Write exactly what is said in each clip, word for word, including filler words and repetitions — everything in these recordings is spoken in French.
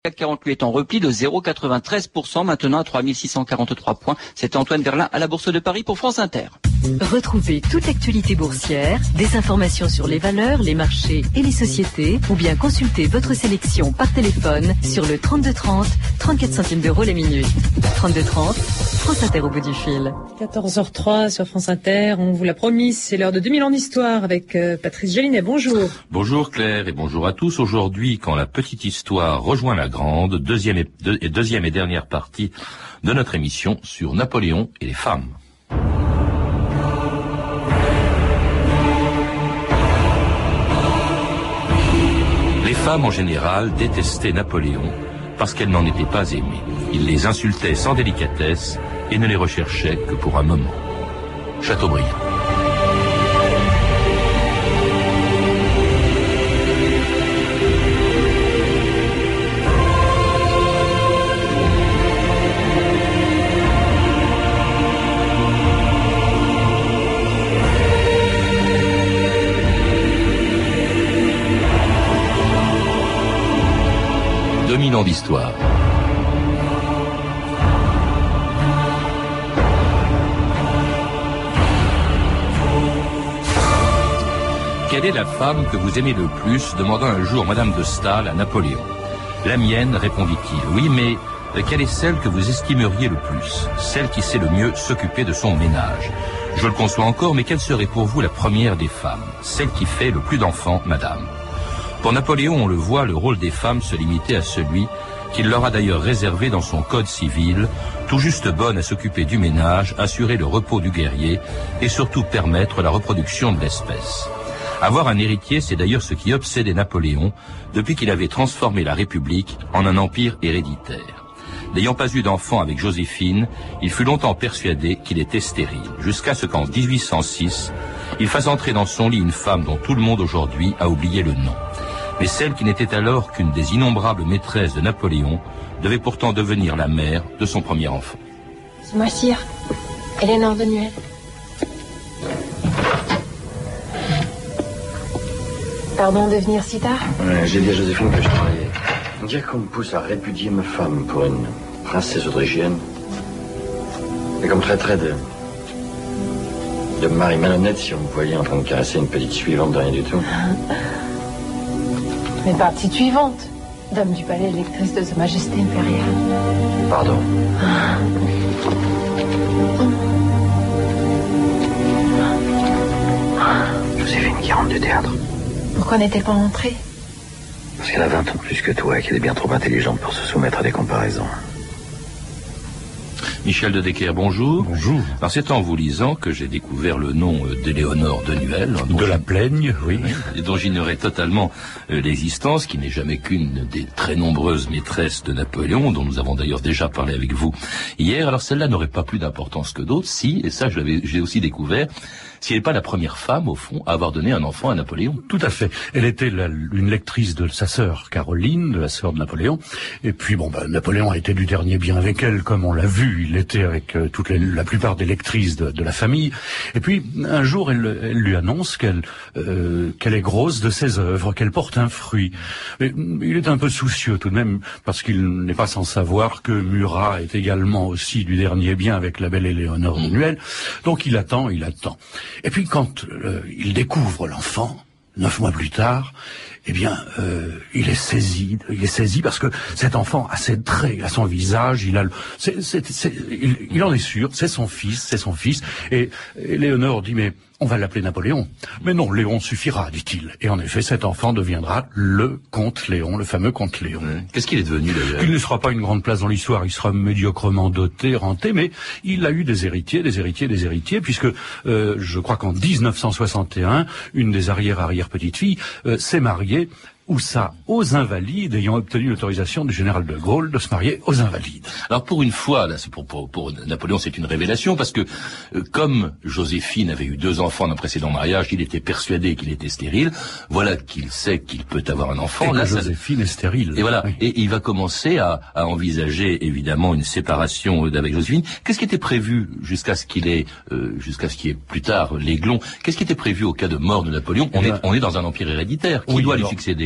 C A C quarante lui est en repli de zéro virgule quatre-vingt-treize pour cent, maintenant à trois mille six cent quarante-trois points. C'est Antoine Verlin à la Bourse de Paris pour France Inter. Retrouvez toute l'actualité boursière, des informations sur les valeurs, les marchés et les sociétés, ou bien consultez votre sélection par téléphone sur le trente-deux trente, trente-quatre centimes d'euros la minute. trente-deux trente, France Inter au bout du fil. quatorze heures trois sur France Inter, on vous l'a promis, c'est l'heure de deux mille ans d'histoire avec euh, Patrice Gélinet. Bonjour. Bonjour Claire et bonjour à tous. Aujourd'hui, quand la petite histoire rejoint la grande, deuxième et, deux, et deuxième et dernière partie de notre émission sur Napoléon et les femmes. Les femmes en général détestaient Napoléon parce qu'elles n'en étaient pas aimées. Il les insultait sans délicatesse et ne les recherchait que pour un moment. Chateaubriand. deux mille ans d'histoire. Quelle est la femme que vous aimez le plus, demanda un jour Madame de Staël à Napoléon. La mienne, répondit-il. Oui, mais quelle est celle que vous estimeriez le plus? Celle qui sait le mieux s'occuper de son ménage. Je le conçois encore, mais quelle serait pour vous la première des femmes? Celle qui fait le plus d'enfants, madame. Pour Napoléon, on le voit, le rôle des femmes se limitait à celui qu'il leur a d'ailleurs réservé dans son code civil, tout juste bonne à s'occuper du ménage, assurer le repos du guerrier et surtout permettre la reproduction de l'espèce. Avoir un héritier, c'est d'ailleurs ce qui obsédait Napoléon depuis qu'il avait transformé la République en un empire héréditaire. N'ayant pas eu d'enfant avec Joséphine, il fut longtemps persuadé qu'il était stérile, jusqu'à ce qu'en dix-huit cent six, il fasse entrer dans son lit une femme dont tout le monde aujourd'hui a oublié le nom. Mais celle qui n'était alors qu'une des innombrables maîtresses de Napoléon devait pourtant devenir la mère de son premier enfant. C'est moi, sire. Éléonore de Nuel. Pardon de venir si tard. Ouais, j'ai dit à Joséphine que je travaillais. Dire qu'on me pousse à répudier ma femme pour une princesse autrichienne. Et comme traiterait de... de mari malhonnête si on me voyait en train de caresser une petite suivante de rien du tout. Mais pas petite suivante. Dame du palais, lectrice de Sa Majesté impériale. Pardon. Joséphine qui rentre du théâtre. Pourquoi n'est-elle pas entrée? Parce qu'elle a vingt ans de plus que toi et qu'elle est bien trop intelligente pour se soumettre à des comparaisons. Michel de Decker, bonjour. Bonjour. Alors c'est en vous lisant que j'ai découvert le nom d'Éléonore de Nuel. De la Plaigne, oui. Et dont j'ignorais totalement euh, l'existence, qui n'est jamais qu'une des très nombreuses maîtresses de Napoléon, dont nous avons d'ailleurs déjà parlé avec vous hier. Alors celle-là n'aurait pas plus d'importance que d'autres si, et ça je l'avais, j'ai aussi découvert, si elle n'est pas la première femme, au fond, à avoir donné un enfant à Napoléon. Tout à fait. Elle était la, une lectrice de sa sœur Caroline, de la sœur de Napoléon. Et puis, bon, ben, Napoléon a été du dernier bien avec elle, comme on l'a vu. Il était avec euh, toutes les, la plupart des lectrices de, de la famille. Et puis, un jour, elle, elle lui annonce qu'elle euh, qu'elle est grosse de ses œuvres, qu'elle porte un fruit. Et, il est un peu soucieux tout de même, parce qu'il n'est pas sans savoir que Murat est également aussi du dernier bien avec la belle Éléonore de Nuel. Donc, il attend, il attend. Et puis quand euh, il découvre l'enfant, neuf mois plus tard, eh bien, euh, il est saisi, il est saisi parce que cet enfant a ses traits, il a son visage, il a, le, c'est, c'est, c'est, il, il en est sûr, c'est son fils, c'est son fils. Et, et Léonore dit mais on va l'appeler Napoléon. Mais non, Léon suffira, dit-il. Et en effet, cet enfant deviendra le comte Léon, le fameux comte Léon. Mmh. Qu'est-ce qu'il est devenu d'ailleurs? Il ne sera pas une grande place dans l'histoire, il sera médiocrement doté, renté, mais il a eu des héritiers, des héritiers, des héritiers, puisque euh, je crois qu'en dix-neuf cent soixante et un, une des arrière-arrière-petites-filles euh, s'est mariée ou ça aux Invalides, ayant obtenu l'autorisation du général de Gaulle de se marier aux Invalides. Alors pour une fois, là, c'est pour, pour, pour Napoléon, c'est une révélation, parce que euh, comme Joséphine avait eu deux enfants d'un précédent mariage, il était persuadé qu'il était stérile. Voilà qu'il sait qu'il peut avoir un enfant. Et là, que Joséphine ça... est stérile. Et voilà. Oui. Et il va commencer à, à envisager évidemment une séparation avec Joséphine. Qu'est-ce qui était prévu jusqu'à ce qu'il ait, euh, jusqu'à ce qu'il y ait plus tard l'Aiglon? Qu'est-ce qui était prévu au cas de mort de Napoléon? On, eh est, ben, on est dans un empire héréditaire. Qui oui, doit alors, lui succéder?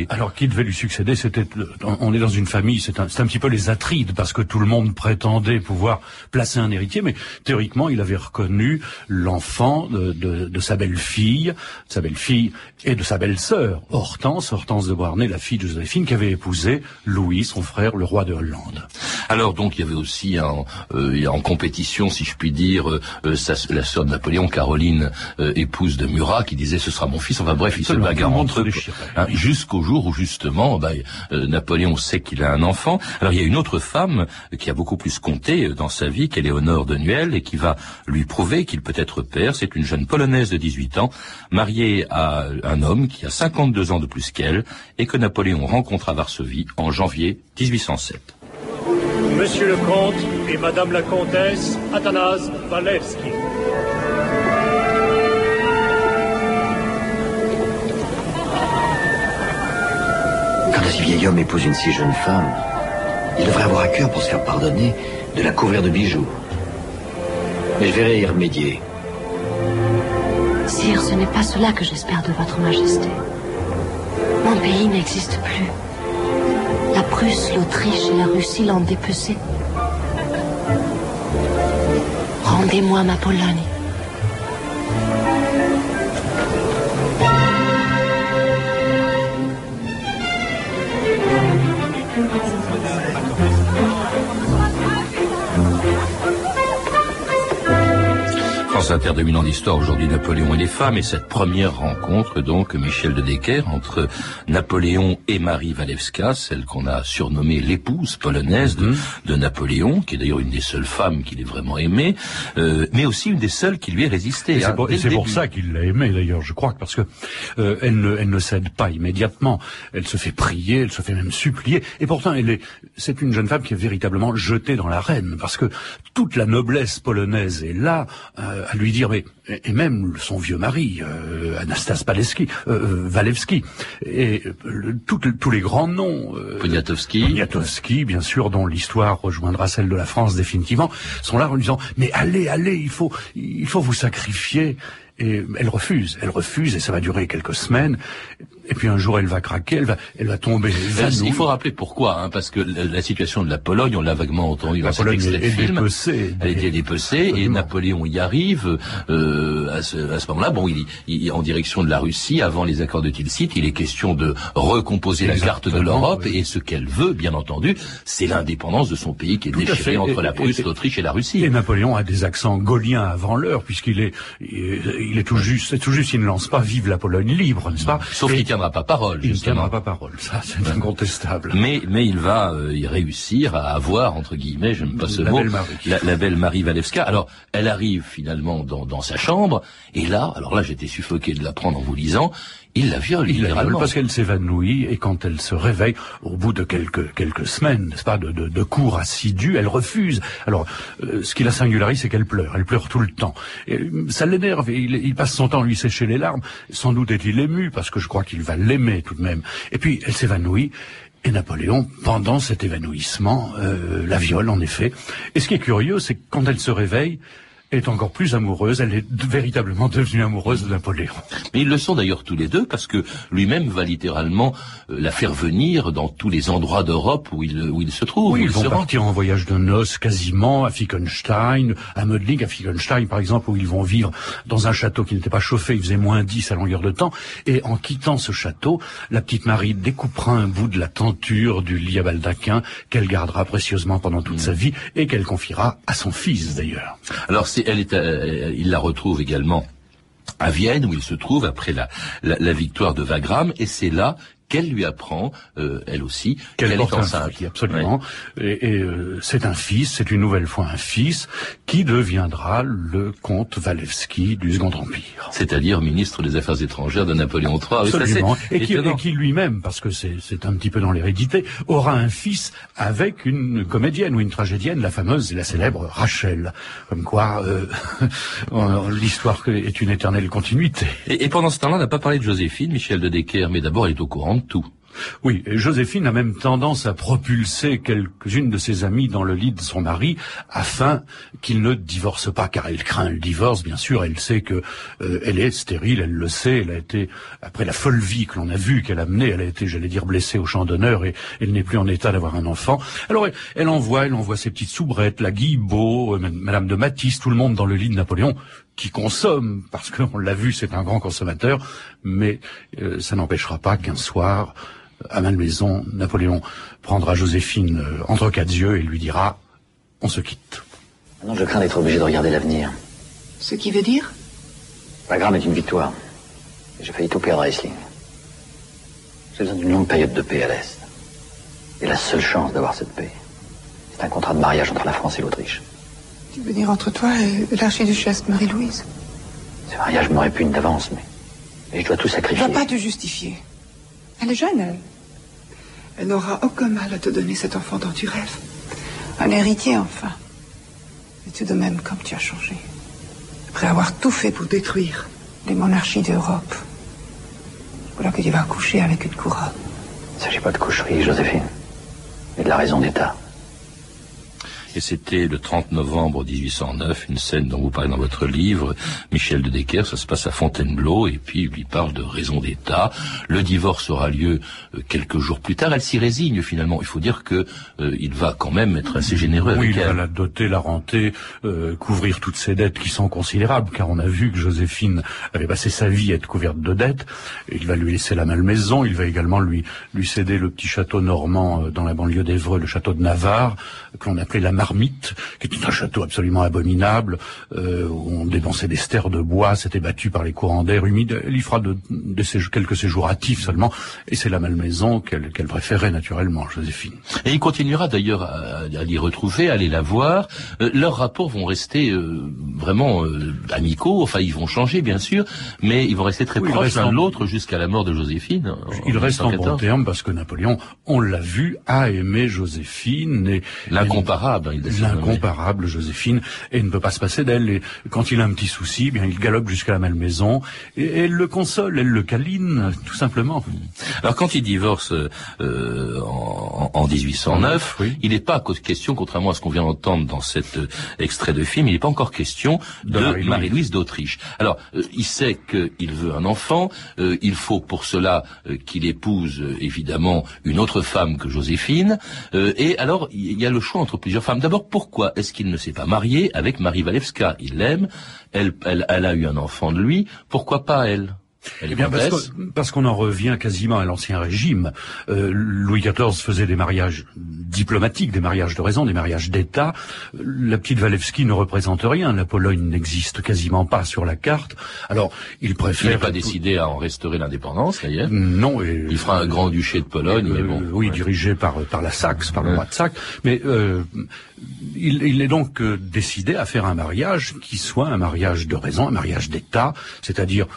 succéder. Alors, qui devait lui succéder, c'était, on est dans une famille, c'est un, c'est un petit peu les Atrides, parce que tout le monde prétendait pouvoir placer un héritier, mais théoriquement, il avait reconnu l'enfant de, de, de sa belle-fille, de sa belle-fille et de sa belle-sœur, Hortense, Hortense de Beauharnais, la fille de Joséphine, qui avait épousé Louis, son frère, le roi de Hollande. Alors, donc, il y avait aussi en, euh, en compétition, si je puis dire, euh, sa, la sœur de Napoléon, Caroline, euh, épouse de Murat, qui disait ce sera mon fils. Enfin bref, ils se bagarrent entre eux, hein, jusqu'au jour où justement, bah, euh, Napoléon sait qu'il a un enfant. Alors il y a une autre femme euh, qui a beaucoup plus compté euh, dans sa vie, qu'Éléonore de Nuel, et qui va lui prouver qu'il peut être père. C'est une jeune Polonaise de dix-huit ans, mariée à un homme qui a cinquante-deux ans de plus qu'elle, et que Napoléon rencontre à Varsovie en janvier dix-huit cent sept. Monsieur le comte et madame la comtesse Athanase Walewski. Quand un si vieil homme épouse une si jeune femme, il devrait avoir à cœur, pour se faire pardonner, de la couvrir de bijoux. Mais je verrai y remédier. Sire, ce n'est pas cela que j'espère de votre majesté. Mon pays n'existe plus. La Prusse, l'Autriche et la Russie l'ont dépecé. Rendez-moi ma Pologne. France Inter, deux mille ans d'histoire, aujourd'hui Napoléon et les femmes, et cette première rencontre, donc, Michel de Decker, entre Napoléon et Marie Walewska, celle qu'on a surnommée l'épouse polonaise de, mmh. de Napoléon, qui est d'ailleurs une des seules femmes qu'il ait vraiment aimée, euh, mais aussi une des seules qui lui ait résisté. Et hein, c'est pour, et c'est pour ça qu'il l'a aimée, d'ailleurs, je crois, parce que euh, elle ne, elle ne cède pas immédiatement. Elle se fait prier, elle se fait même supplier, et pourtant, elle est, c'est une jeune femme qui est véritablement jetée dans l'arène, parce que toute la noblesse polonaise est là, euh, à lui dire, mais, et même son vieux mari, euh, Anastas Walewski, euh, Walewski, et euh, tout, tous les grands noms, euh, Poniatowski, Poniatowski, bien sûr, dont l'histoire rejoindra celle de la France définitivement, sont là en lui disant, mais allez, allez, il faut, il faut vous sacrifier. Et elle refuse, elle refuse, et ça va durer quelques semaines. Et puis un jour, elle va craquer, elle va, elle va tomber. Il faut rappeler pourquoi, hein, parce que la, la situation de la Pologne, on l'a vaguement entendu dans cet extrait de film. Dépecée, elle était dépecée, et Napoléon y arrive. Euh, à ce, à ce moment-là, bon, il, il en direction de la Russie, avant les accords de Tilsit, il est question de recomposer Exactement, la carte de l'Europe, oui. Et ce qu'elle veut, bien entendu, c'est l'indépendance de son pays qui est Tout déchirée entre et, la Prusse, l'Autriche et la Russie. Et Napoléon a des accents gauliens avant l'heure, puisqu'il est, il, il est tout juste, c'est tout juste, il ne lance pas vive la Pologne libre, n'est-ce pas? Sauf qu'il tiendra pas parole. Il ne tiendra pas parole, ça c'est incontestable. Mais mais il va euh, y réussir à avoir, entre guillemets, je n'aime pas ce la mot, belle Marie. La, la belle Marie Walewska. Alors, elle arrive finalement dans, dans sa chambre, et là, alors là j'étais suffoqué de l'apprendre en vous lisant, il la viole, il littéralement. La viole parce qu'elle s'évanouit, et quand elle se réveille, au bout de quelques quelques semaines, n'est-ce pas, de, de, de cours assidus, elle refuse. Alors, euh, ce qui la singularise, c'est qu'elle pleure, elle pleure tout le temps. Et, ça l'énerve, et il, il passe son temps à lui sécher les larmes. Sans doute est-il ému, parce que je crois qu'il va l'aimer tout de même. Et puis, elle s'évanouit. Et Napoléon, pendant cet évanouissement, euh, la viole, en effet. Et ce qui est curieux, c'est que quand elle se réveille, elle est encore plus amoureuse, elle est véritablement devenue amoureuse de Napoléon. Mais ils le sont d'ailleurs tous les deux, parce que lui-même va littéralement euh, la faire venir dans tous les endroits d'Europe où il, où il se trouve. Oui, ils vont se partir en voyage de noces quasiment, à Fickenstein, à Mödling, à Fickenstein par exemple, où ils vont vivre dans un château qui n'était pas chauffé, il faisait moins dix à longueur de temps, et en quittant ce château, la petite Marie découpera un bout de la tenture du lit à baldaquin qu'elle gardera précieusement pendant toute mmh. sa vie, et qu'elle confiera à son fils d'ailleurs. Alors c'est Elle est, euh, il la retrouve également à Vienne, où il se trouve après la, la, la victoire de Wagram, et c'est là qu'elle lui apprend, euh, elle aussi, qu'elle, qu'elle est enceinte. Fils, absolument. Ouais. Et, et euh, c'est un fils, c'est une nouvelle fois un fils, qui deviendra le comte Walewski du Second Empire. C'est-à-dire ministre des Affaires étrangères de Napoléon trois. Absolument. Et qui, et qui lui-même, parce que c'est, c'est un petit peu dans l'hérédité, aura un fils avec une comédienne ou une tragédienne, la fameuse et la célèbre Rachel. Comme quoi, euh, l'histoire est une éternelle continuité. Et, et pendant ce temps-là, on n'a pas parlé de Joséphine, Michel de Decker, mais d'abord elle est au courant de tout. Oui, et Joséphine a même tendance à propulser quelques-unes de ses amies dans le lit de son mari afin qu'il ne divorce pas, car elle craint le divorce, bien sûr. Elle sait que euh, elle est stérile, elle le sait. Elle a été, après la folle vie que l'on a vue qu'elle a menée, elle a été, j'allais dire, blessée au champ d'honneur et elle n'est plus en état d'avoir un enfant. Alors elle, elle envoie, elle envoie ses petites soubrettes, la Guilbeault, euh, Madame de Matisse, tout le monde dans le lit de Napoléon, qui consomme, parce qu'on l'a vu, c'est un grand consommateur, mais euh, ça n'empêchera pas qu'un soir, à Malmaison, Napoléon prendra Joséphine euh, entre quatre yeux et lui dira « On se quitte ». Maintenant, je crains d'être obligé de regarder l'avenir. Ce qui veut dire ? La Gramme est une victoire. J'ai failli tout perdre à Essling. J'ai besoin d'une longue période de paix à l'Est. Et la seule chance d'avoir cette paix, c'est un contrat de mariage entre la France et l'Autriche. Tu veux dire entre toi et l'archiduchesse Marie-Louise ? Ce mariage me répugne d'avance, mais... mais je dois tout sacrifier. Tu vas pas te justifier. Elle est jeune, elle. Elle n'aura aucun mal à te donner cet enfant dont tu rêves. Un héritier, enfin. Et tout de même, comme tu as changé. Après avoir tout fait pour détruire les monarchies d'Europe. Voilà que tu vas coucher avec une couronne. Il ne s'agit pas de coucherie, Joséphine, mais de la raison d'État. Et c'était le trente novembre dix-huit cent neuf, une scène dont vous parlez dans votre livre, Michel de Decker. Ça se passe à Fontainebleau, et puis il lui parle de raison d'État. Le divorce aura lieu euh, quelques jours plus tard. Elle s'y résigne finalement. Il faut dire que euh, il va quand même être assez généreux oui, avec elle. elle. Oui, il va la doter, la renter, euh, couvrir toutes ses dettes qui sont considérables, car on a vu que Joséphine avait passé sa vie à être couverte de dettes. Il va lui laisser la Malmaison. Il va également lui lui céder le petit château normand euh, dans la banlieue d'Évreux, le château de Navarre, que l'on appelait la Marmite, qui était un château absolument abominable, euh, où on dépensait des stères de bois, c'était battu par les courants d'air humides. Elle y fera de, de séjours, quelques séjours hâtifs seulement, et c'est la Malmaison qu'elle qu'elle préférait naturellement, Joséphine. Et il continuera d'ailleurs à, à l'y retrouver, à aller la voir. Euh, leurs rapports vont rester euh, vraiment euh, amicaux, enfin ils vont changer bien sûr, mais ils vont rester très oui, proches l'un de l'autre jusqu'à la mort de Joséphine. Ils restent en bon terme parce que Napoléon, on l'a vu, a aimé Joséphine. Et l'incomparable, il L'incomparable Joséphine, et il ne peut pas se passer d'elle. Et quand il a un petit souci, bien il galope jusqu'à la Malmaison, et, et elle le console, elle le câline, tout simplement. Alors quand il divorce euh, en, en dix-huit cent neuf, oui. Il n'est pas question, contrairement à ce qu'on vient d'entendre dans cet euh, extrait de film, il n'est pas encore question de, de Marie-Louise Marie d'Autriche. Alors euh, il sait qu'il veut un enfant, euh, il faut pour cela euh, qu'il épouse euh, évidemment une autre femme que Joséphine, euh, et alors il y a le choix entre plusieurs femmes. D'abord, pourquoi est-ce qu'il ne s'est pas marié avec Marie Walewska? Il l'aime, elle, elle, elle a eu un enfant de lui, pourquoi pas elle? Elle est eh bien parce, que, parce qu'on en revient quasiment à l'Ancien Régime. Euh, Louis quatorze faisait des mariages diplomatiques, des mariages de raison, des mariages d'État. La petite Walewski ne représente rien. La Pologne n'existe quasiment pas sur la carte. Alors, il préfère... Il n'est pas décidé à en restaurer l'indépendance, d'ailleurs. Non. Et, il fera un grand-duché de Pologne, euh, mais bon... Oui, ouais. dirigé par, par la Saxe, par ouais. le roi de Saxe. Mais euh, il, il est donc euh, décidé à faire un mariage qui soit un mariage de raison, un mariage d'État, c'est-à-dire...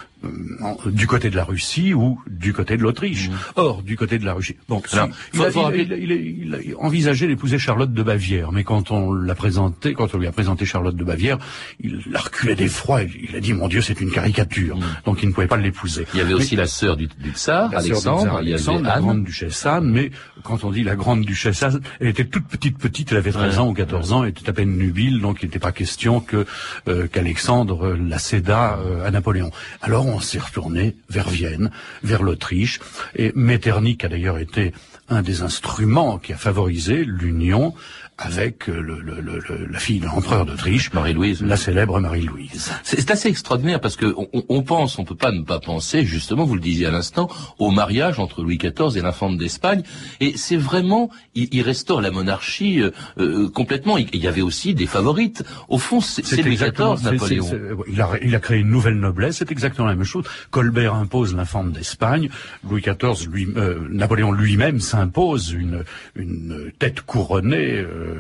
du côté de la Russie ou du côté de l'Autriche. Mmh. Or, du côté de la Russie. Bon, alors, si, il, a, il, il, il, il, il a envisagé d'épouser Charlotte de Bavière, mais quand on l'a présenté, quand on lui a présenté Charlotte de Bavière, il a reculé d'effroi. Il, il a dit, mon Dieu, c'est une caricature. Mmh. Donc, il ne pouvait pas l'épouser. Il y avait mais, aussi la sœur du, du tsar, la Alexandre, sœur du tsar, Alexandre, la Anne. grande duchesse Anne, mais quand on dit la grande duchesse Anne, elle était toute petite, petite, elle avait treize ouais. ans ou quatorze ouais. ans, elle était à peine nubile, donc il n'était pas question que euh, qu'Alexandre la cédât euh, à Napoléon. Alors, on s'est retourné vers Vienne, vers l'Autriche, et Metternich a d'ailleurs été un des instruments qui a favorisé l'union avec le, le, le, la fille de l'empereur d'Autriche, Marie-Louise, la célèbre Marie-Louise. C'est assez extraordinaire parce que on, on pense, on peut pas ne pas penser, justement, vous le disiez à l'instant, au mariage entre Louis quatorze et l'infante d'Espagne, et c'est vraiment, il, il restaure la monarchie euh, euh, complètement. Il, il y avait aussi des favorites. Au fond, c'est, c'est Louis quatorze, Napoléon. C'est, c'est, il, a, il a créé une nouvelle noblesse, c'est exactement la même chose. Colbert impose l'infante d'Espagne, Louis quatorze, lui, euh, Napoléon lui-même s'impose une, une tête couronnée. Euh,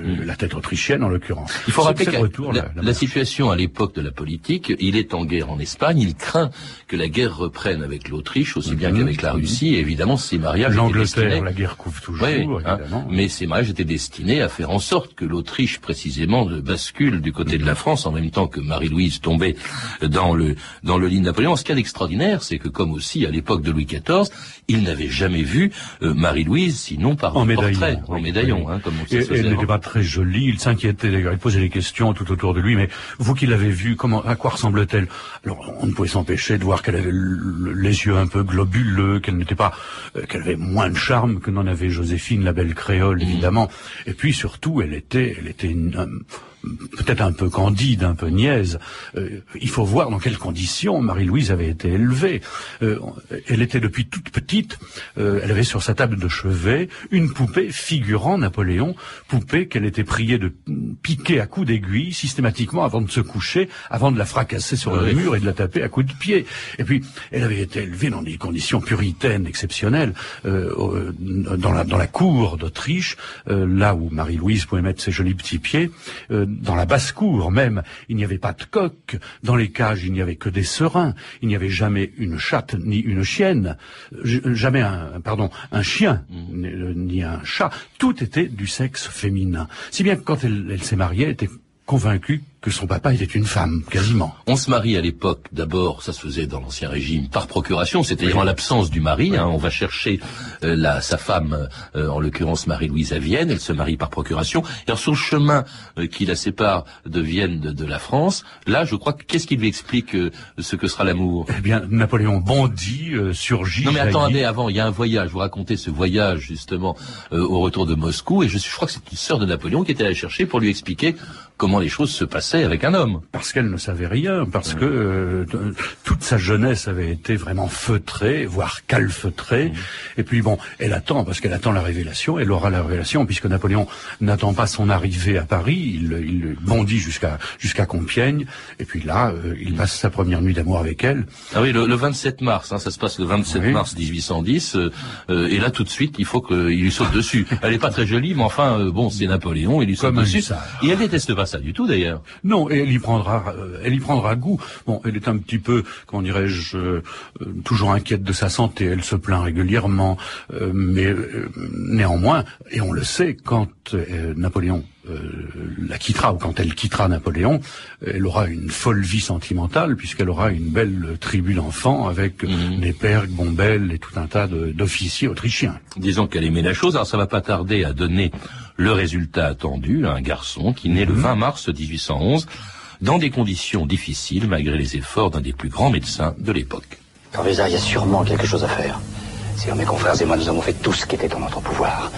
mmh. la tête autrichienne en l'occurrence. Il faut rappeler que retour, la, la, la, la situation à l'époque de la politique, il est en guerre en Espagne, il craint que la guerre reprenne avec l'Autriche aussi bien mmh. qu'avec la Russie, et évidemment ces mariages étaient destinés... la guerre couvre toujours, oui, évidemment. Hein, mais ces mariages étaient destinés à faire en sorte que l'Autriche, précisément, bascule du côté mmh. de la France, en même temps que Marie-Louise tombait dans le, dans le lit de Napoléon. Ce qu'il y a d'extraordinaire, c'est que comme aussi à l'époque de Louis quatorze, il n'avait jamais vu euh, Marie-Louise, sinon par en un médaillon, portrait, oui, en médaillon, oui. Hein, comme on et, sait. Elle n'était pas très jolie, il s'inquiétait d'ailleurs, il posait des questions tout autour de lui, mais vous qui l'avez vue, comment, à quoi ressemble-t-elle? Alors, on ne pouvait s'empêcher de voir qu'elle avait le, les yeux un peu globuleux, qu'elle n'était pas, euh, qu'elle avait moins de charme que n'en avait Joséphine, la belle créole, évidemment. Mmh. Et puis surtout, elle était, elle était une, euh, peut-être un peu candide, un peu niaise. Euh, il faut voir dans quelles conditions Marie-Louise avait été élevée. Euh, elle était depuis toute petite, euh, elle avait sur sa table de chevet une poupée figurant Napoléon, poupée qu'elle était priée de piquer à coups d'aiguille systématiquement avant de se coucher, avant de la fracasser sur oui. le mur et de la taper à coups de pied. Et puis, elle avait été élevée dans des conditions puritaines exceptionnelles, euh, dans la, dans la cour d'Autriche, euh, là où Marie-Louise pouvait mettre ses jolis petits pieds, euh, dans la basse-cour même, il n'y avait pas de coq. Dans les cages, il n'y avait que des serins. Il n'y avait jamais une chatte ni une chienne. Jamais un, pardon, un chien mmh. ni un chat. Tout était du sexe féminin. Si bien que quand elle, elle s'est mariée, elle était convaincue que son papa était une femme, quasiment. On se marie à l'époque, d'abord, ça se faisait dans l'Ancien Régime, par procuration, c'est-à-dire oui. en l'absence du mari. Oui. Hein, on va chercher euh, la, sa femme, euh, en l'occurrence Marie-Louise à Vienne, elle se marie par procuration. Et alors sur le chemin euh, qui la sépare de Vienne de, de la France, là, je crois, qu'est-ce qui lui explique euh, ce que sera l'amour? Eh bien, Napoléon bondit, euh, surgit. Non mais attendez, avant, il y a un voyage, vous racontez ce voyage, justement, euh, au retour de Moscou, et je, je crois que c'est une sœur de Napoléon qui était allée chercher pour lui expliquer comment les choses se passaient avec un homme. Parce qu'elle ne savait rien, parce mmh. que euh, toute sa jeunesse avait été vraiment feutrée, voire calfeutrée. Mmh. Et puis bon, elle attend, parce qu'elle attend la révélation, elle aura la révélation, puisque Napoléon n'attend pas son arrivée à Paris, il, il bondit jusqu'à jusqu'à Compiègne, et puis là, euh, il mmh. passe sa première nuit d'amour avec elle. Ah oui, le, le vingt-sept mars, hein, ça se passe le vingt-sept oui. mars dix-huit cent dix, euh, euh, et là tout de suite, il faut qu'il lui saute dessus. Elle est pas très jolie, mais enfin, euh, bon, c'est Napoléon, il lui saute Comme dessus. Et elle déteste pas ça du tout d'ailleurs. Non, et elle y prendra, euh, elle y prendra goût. Bon, elle est un petit peu, comment dirais-je, euh, toujours inquiète de sa santé. Elle se plaint régulièrement, euh, mais euh, néanmoins, et on le sait, quand euh, Napoléon euh, la quittera ou quand elle quittera Napoléon, elle aura une folle vie sentimentale puisqu'elle aura une belle tribu d'enfants avec mmh. Népergue, Bombelle et tout un tas de, d'officiers autrichiens. Disons qu'elle aimait la chose. Alors ça va pas tarder à donner le résultat attendu, un garçon qui naît mmh. le vingt mars dix-huit cent onze dans des conditions difficiles malgré les efforts d'un des plus grands médecins de l'époque. Corvisa, il y a sûrement quelque chose à faire. Si mes confrères et moi nous avons fait tout ce qui était en notre pouvoir.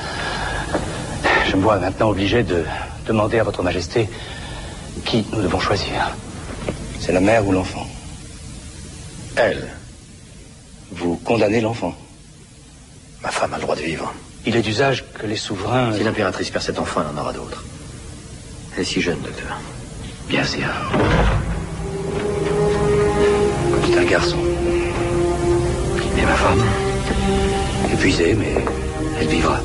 Je me vois maintenant obligé de demander à votre majesté qui nous devons choisir. C'est la mère ou l'enfant? Elle. Vous condamnez l'enfant? Ma femme a le droit de vivre. Il est d'usage que les souverains... Si l'impératrice perd cet enfant, elle en aura d'autres. Elle est si jeune, docteur. Bien sûr. C'est un garçon. Et ma femme? Épuisée, mais elle vivra.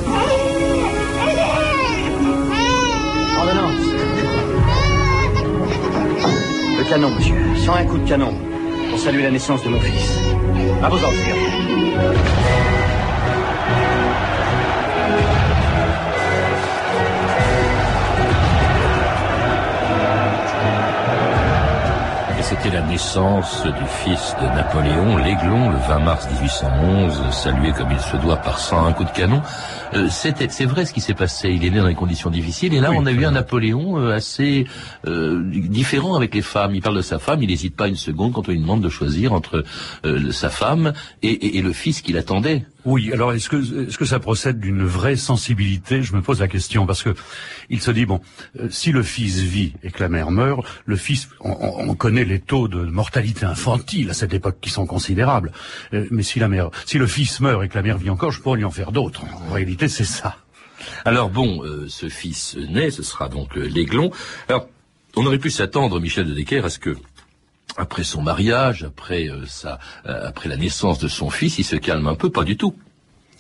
Ordonnance. Le canon, monsieur. Sans un coup de canon. Pour saluer la naissance de mon fils. À vos ordres, gardien. C'était la naissance du fils de Napoléon, l'Aiglon, le vingt mars dix-huit cent onze, salué comme il se doit par cent un coups de canon. Euh, c'était, c'est vrai ce qui s'est passé, il est né dans des conditions difficiles, et là oui, on a eu un Napoléon euh, assez euh, différent avec les femmes. Il parle de sa femme, il n'hésite pas une seconde quand on lui demande de choisir entre euh, sa femme et, et, et le fils qu'il attendait. Oui, alors est-ce que est-ce que ça procède d'une vraie sensibilité? Je me pose la question parce que il se dit bon, euh, si le fils vit et que la mère meurt, le fils, on, on connaît les taux de mortalité infantile à cette époque qui sont considérables. Euh, mais si la mère, si le fils meurt et que la mère vit encore, je pourrais lui en faire d'autres. En réalité, c'est ça. Alors bon, euh, ce fils naît, ce sera donc euh, l'Aiglon. Alors, on aurait pu s'attendre, Michel de Decker, à ce que après son mariage, après euh, sa, euh, après la naissance de son fils, il se calme un peu, pas du tout.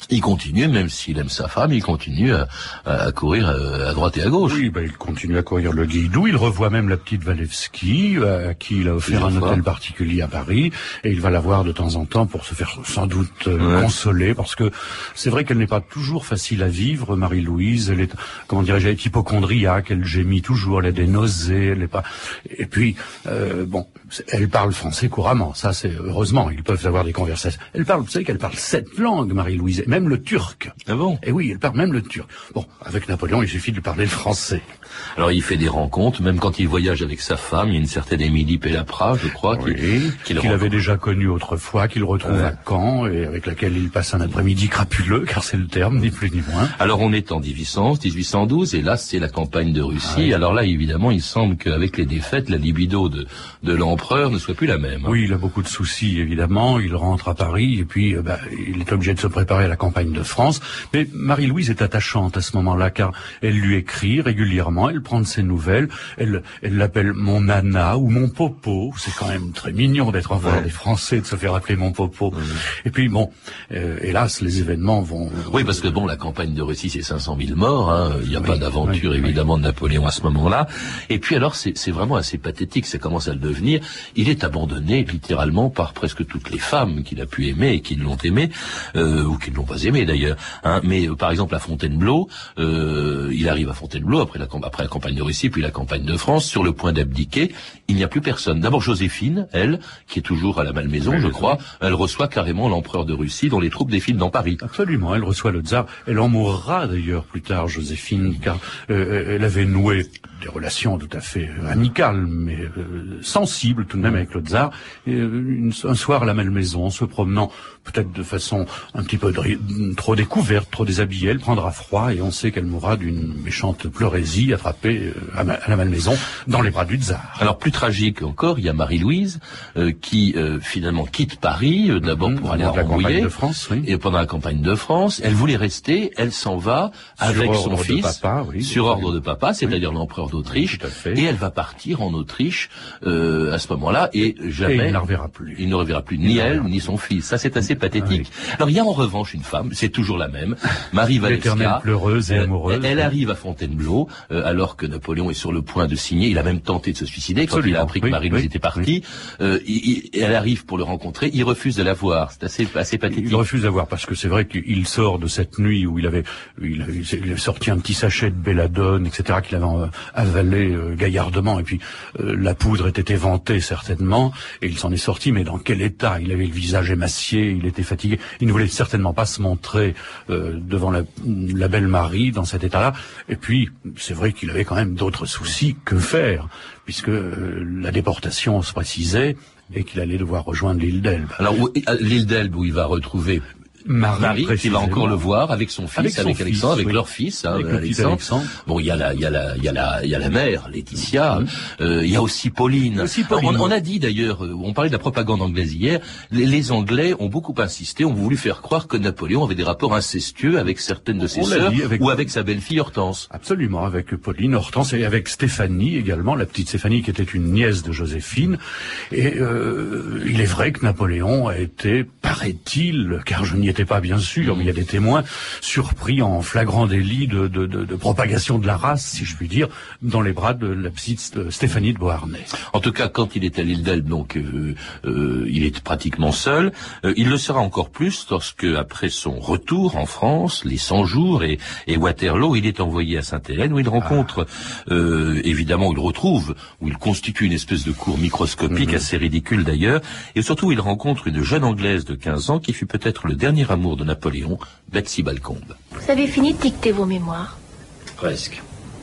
Il continue, même s'il aime sa femme, il continue à, à courir à, à droite et à gauche. Oui, ben, il continue à courir le Guilledou. Il revoit même la petite Walewski, à qui il a offert Plusieurs un fois. hôtel particulier à Paris. Et il va la voir de temps en temps pour se faire sans doute euh, ouais. consoler. Parce que c'est vrai qu'elle n'est pas toujours facile à vivre, Marie-Louise. Elle est, comment dirais-je, elle est hypocondriaque. Elle gémit toujours, elle a des nausées. Elle est pas... Et puis, euh, bon, elle parle français couramment. Ça, c'est heureusement. Ils peuvent avoir des conversations. Elle parle, vous savez qu'elle parle sept langues, Marie-Louise. Même le turc. Ah bon? Et oui, elle parle même le turc. Bon, avec Napoléon, il suffit de parler le français. Alors, il fait des rencontres, même quand il voyage avec sa femme, il y a une certaine Émilie Pellapra, je crois, oui, qu'il qu avait déjà connue autrefois, qu'il retrouve ouais. à Caen, et avec laquelle il passe un après-midi crapuleux, car c'est le terme, ni plus ni moins. Alors, on est en dix-huit cent onze, dix-huit cent douze, et là, c'est la campagne de Russie. Ouais. Alors là, évidemment, il semble qu'avec les défaites, la libido de, de l'empereur ne soit plus la même. Hein. Oui, il a beaucoup de soucis, évidemment. Il rentre à Paris, et puis, bah, il est obligé de se préparer à la campagne de France. Mais Marie-Louise est attachante à ce moment-là, car elle lui écrit régulièrement, elle prend de ses nouvelles, elle elle l'appelle mon nana ou mon popo. C'est quand même très mignon d'être envers ouais. les Français, de se faire appeler mon popo. Mmh. Et puis bon, euh, hélas, les événements vont... Oui, parce que bon, la campagne de Russie, c'est cinq cent mille morts, hein. Il n'y a oui, pas d'aventure, oui, évidemment, oui. de Napoléon à ce moment-là. Et puis alors, c'est, c'est vraiment assez pathétique, ça commence à le devenir. Il est abandonné, littéralement, par presque toutes les femmes qu'il a pu aimer et qui l'ont aimé, euh, ou qui ne l'ont pas aimé, d'ailleurs. Hein. Mais, euh, par exemple, à Fontainebleau, euh, il arrive à Fontainebleau, après la, après la campagne de Russie, puis la campagne de France, sur le point d'abdiquer, il n'y a plus personne. D'abord Joséphine, elle, qui est toujours à la Malmaison, oui, je crois, oui. elle reçoit carrément l'empereur de Russie dont les troupes défilent dans Paris. Absolument, elle reçoit le tsar. Elle en mourra d'ailleurs plus tard, Joséphine, car euh, elle avait noué des relations tout à fait amicales, mais euh, sensibles tout de même avec le tsar. Et, euh, une, un soir à la Malmaison, en se promenant peut-être de façon un petit peu de, trop découverte, trop déshabillée, elle prendra froid et on sait qu'elle mourra d'une méchante pleurésie attrapée euh, à, à la Malmaison dans les bras du tsar. Alors plus tragique encore, il y a Marie-Louise euh, qui euh, finalement quitte Paris, euh, d'abord mmh, pour aller à Rambouillet, de France, oui. et pendant la campagne de France, elle voulait rester, elle s'en va sur avec son fils, papa, oui, sur ordre de papa, c'est-à-dire oui. l'empereur d'Autriche, oui, et elle va partir en Autriche euh, à ce moment-là, et jamais... Et il ne la reverra plus. Il ne reverra plus ni elle, ni son fils. Ça, c'est assez pathétique. Ah, oui. Alors, il y a en revanche une femme, c'est toujours la même, Marie Walewska. L'éternelle pleureuse et amoureuse. Elle, elle arrive à Fontainebleau, euh, alors que Napoléon est sur le point de signer. Il a même tenté de se suicider Absolument. Quand il a appris que oui, Marie-Louise oui, était partie. Oui. Euh, il, il, elle arrive pour le rencontrer, il refuse de la voir. C'est assez, assez pathétique. Il refuse de la voir parce que c'est vrai qu'il sort de cette nuit où il avait, il, il avait sorti un petit sachet de belladone, et cetera, qu'il avait euh, avalé euh, gaillardement, et puis euh, la poudre était éventée certainement, et il s'en est sorti, mais dans quel état? Il avait le visage émacié, il était fatigué, il ne voulait certainement pas se montrer euh, devant la, la belle Marie dans cet état-là, et puis c'est vrai qu'il avait quand même d'autres soucis. Que faire, puisque euh, la déportation se précisait et qu'il allait devoir rejoindre l'île d'Elbe. Alors, l'île d'Elbe où il va retrouver Marie, Marie qui va encore le voir avec son fils, avec, son avec Alexandre, fils, avec oui. leur fils, hein, avec Alexandre. Alexandre. Bon, il y a la, il y a la, il y a la, il y a la mère, Laetitia. Mmh. Euh, il y a aussi Pauline. Aussi Pauline. On, on a dit d'ailleurs, on parlait de la propagande anglaise hier. Les, les Anglais ont beaucoup insisté, ont voulu faire croire que Napoléon avait des rapports incestueux avec certaines de ses on sœurs avec... ou avec sa belle-fille Hortense. Absolument, avec Pauline, Hortense et avec Stéphanie également, la petite Stéphanie qui était une nièce de Joséphine. Et euh, il est vrai que Napoléon a été, paraît-il, car je n'y étais pas bien sûr, mais il y a des témoins surpris en flagrant délit de, de, de, de propagation de la race, si je puis dire, dans les bras de la petite Stéphanie de Beauharnais. En tout cas, quand il est à l'île d'Elbe, donc euh, euh, il est pratiquement seul. Euh, il le sera encore plus lorsque, après son retour en France, les cent jours et, et Waterloo, il est envoyé à Sainte-Hélène, où il rencontre, ah. euh, évidemment, où il retrouve, où il constitue une espèce de cour microscopique, mmh. assez ridicule d'ailleurs, et surtout où il rencontre une jeune Anglaise de quinze ans qui fut peut-être le dernier amour de Napoléon, Betsy Balcombe. Vous avez fini de dicter vos mémoires? Presque.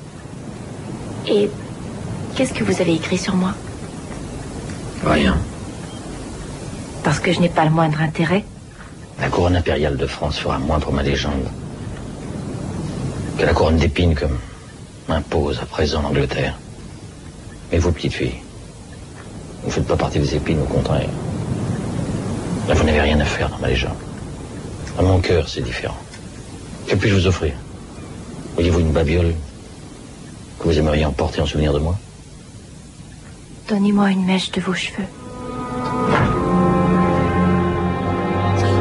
Et qu'est-ce que vous avez écrit sur moi? Rien. Parce que je n'ai pas le moindre intérêt? La couronne impériale de France fera moins pour ma légende que la couronne d'épines comme impose à présent l'Angleterre. Mais vous, petite fille, vous ne faites pas partie des épines, au contraire. Là, vous n'avez rien à faire dans ma légende. À mon cœur, c'est différent. Que puis-je vous offrir? Voyez-vous une babiole que vous aimeriez emporter en souvenir de moi? Donnez-moi une mèche de vos cheveux. C'était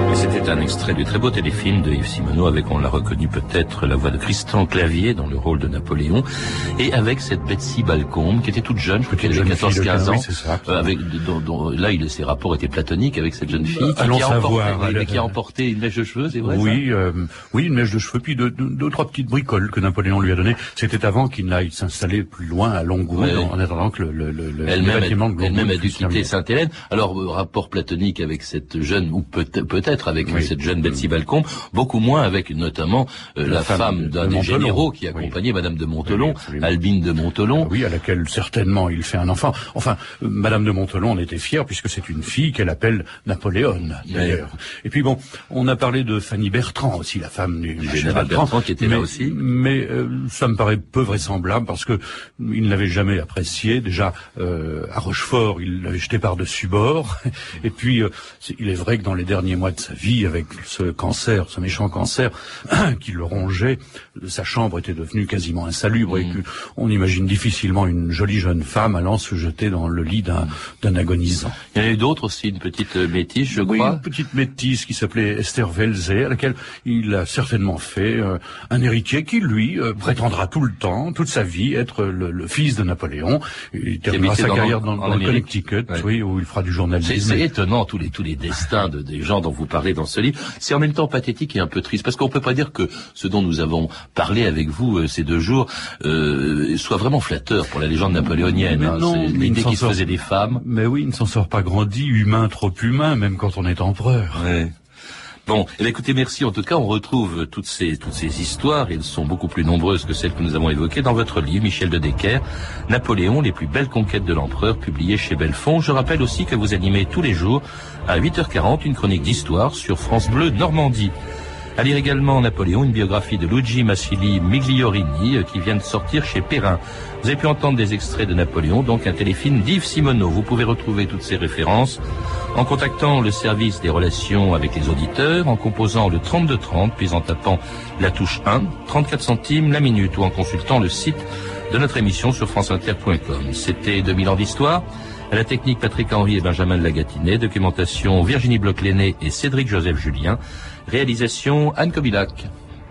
un extrait du très beau téléfilm de Yves Simoneau avec, on l'a reconnu peut-être, la voix de Christian Clavier dans le rôle de Napoléon, et avec cette Betsy Balcombe qui était toute jeune, je crois qu'elle avait quatorze quinze ans, oui, ça, euh, avec, dont, dont, là il, ses rapports étaient platoniques avec cette jeune fille qui, Allons qui, a, savoir, emporté, elle, qui a emporté une mèche de cheveux, c'est vrai? Oui, ça euh, oui, une mèche de cheveux, puis deux, deux, deux trois petites bricoles que Napoléon lui a données. C'était avant qu'il n'aille s'installer plus loin à Longwood, ouais, en attendant que le, le, le, le elle-même bâtiment a, de elle-même a dû quitter Sainte-Hélène. Alors, euh, rapport platonique avec cette jeune, ou peut-être, peut-être avec oui. cette jeune Betsy Balcombe, beaucoup moins avec notamment euh, la, la femme, femme d'un des généraux qui accompagnait oui. Madame de Montelon, oui, Albine de Montelon. Oui, à laquelle certainement il fait un enfant. Enfin, euh, Madame de Montelon en était fière puisque c'est une fille qu'elle appelle Napoléon, d'ailleurs. Oui. Et puis bon, on a parlé de Fanny Bertrand aussi, la femme du, du général Bertrand, Bertrand qui était mais, là aussi. Mais euh, ça me paraît peu vraisemblable parce que il ne l'avait jamais apprécié. Déjà, euh, à Rochefort, il l'avait jeté par-dessus bord. Et puis, euh, c'est, il est vrai que dans les derniers mois de sa vie, avec ce cancer, ce méchant cancer qui le rongeait, sa chambre était devenue quasiment insalubre. Mmh. Et qu'on imagine difficilement une jolie jeune femme allant se jeter dans le lit d'un, d'un agonisant. Il y en a eu d'autres aussi, une petite métisse, je oui, crois. Une petite métisse qui s'appelait Esther Welzé, à laquelle il a certainement fait euh, un héritier qui, lui, euh, prétendra tout le temps, toute sa vie, être le, le fils de Napoléon. Il terminera sa dans carrière dans, dans le Connecticut, ouais. oui, où il fera du journalisme. C'est, c'est étonnant, tous les, tous les destins de, des gens dont vous parlez dans ce livre. C'est en même temps pathétique et un peu triste, parce qu'on peut pas dire que ce dont nous avons parlé avec vous euh, ces deux jours euh, soit vraiment flatteur pour la légende napoléonienne. Hein. Non, c'est l'idée qu'il se faisait des femmes. Mais oui, il ne s'en sort pas grandi, humain, trop humain, même quand on est empereur. Ouais. Bon, eh bien, écoutez, merci. En tout cas, on retrouve toutes ces toutes ces histoires, et elles sont beaucoup plus nombreuses que celles que nous avons évoquées dans votre livre, Michel de Decker, Napoléon, les plus belles conquêtes de l'empereur, publié chez Belfond. Je rappelle aussi que vous animez tous les jours à huit heures quarante une chronique d'histoire sur France Bleu Normandie. À lire également Napoléon, une biographie de Luigi Massili Migliorini qui vient de sortir chez Perrin. Vous avez pu entendre des extraits de Napoléon, donc un téléfilm d'Yves Simoneau. Vous pouvez retrouver toutes ces références en contactant le service des relations avec les auditeurs, en composant le trente-deux trente, puis en tapant la touche un, trente-quatre centimes la minute, ou en consultant le site de notre émission sur franceinter point com. C'était deux mille ans d'histoire. À la technique, Patrick Henry et Benjamin de Lagatinet. Documentation, Virginie Bloch-Lenné et Cédric Joseph Julien. Réalisation, Anne Kobilac.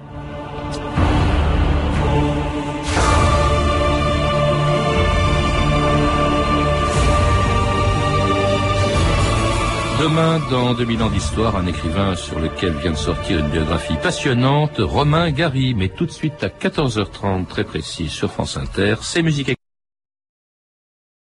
Demain, dans deux mille ans d'histoire, un écrivain sur lequel vient de sortir une biographie passionnante, Romain Gary. Mais tout de suite à quatorze heures trente, très précis, sur France Inter, c'est musique.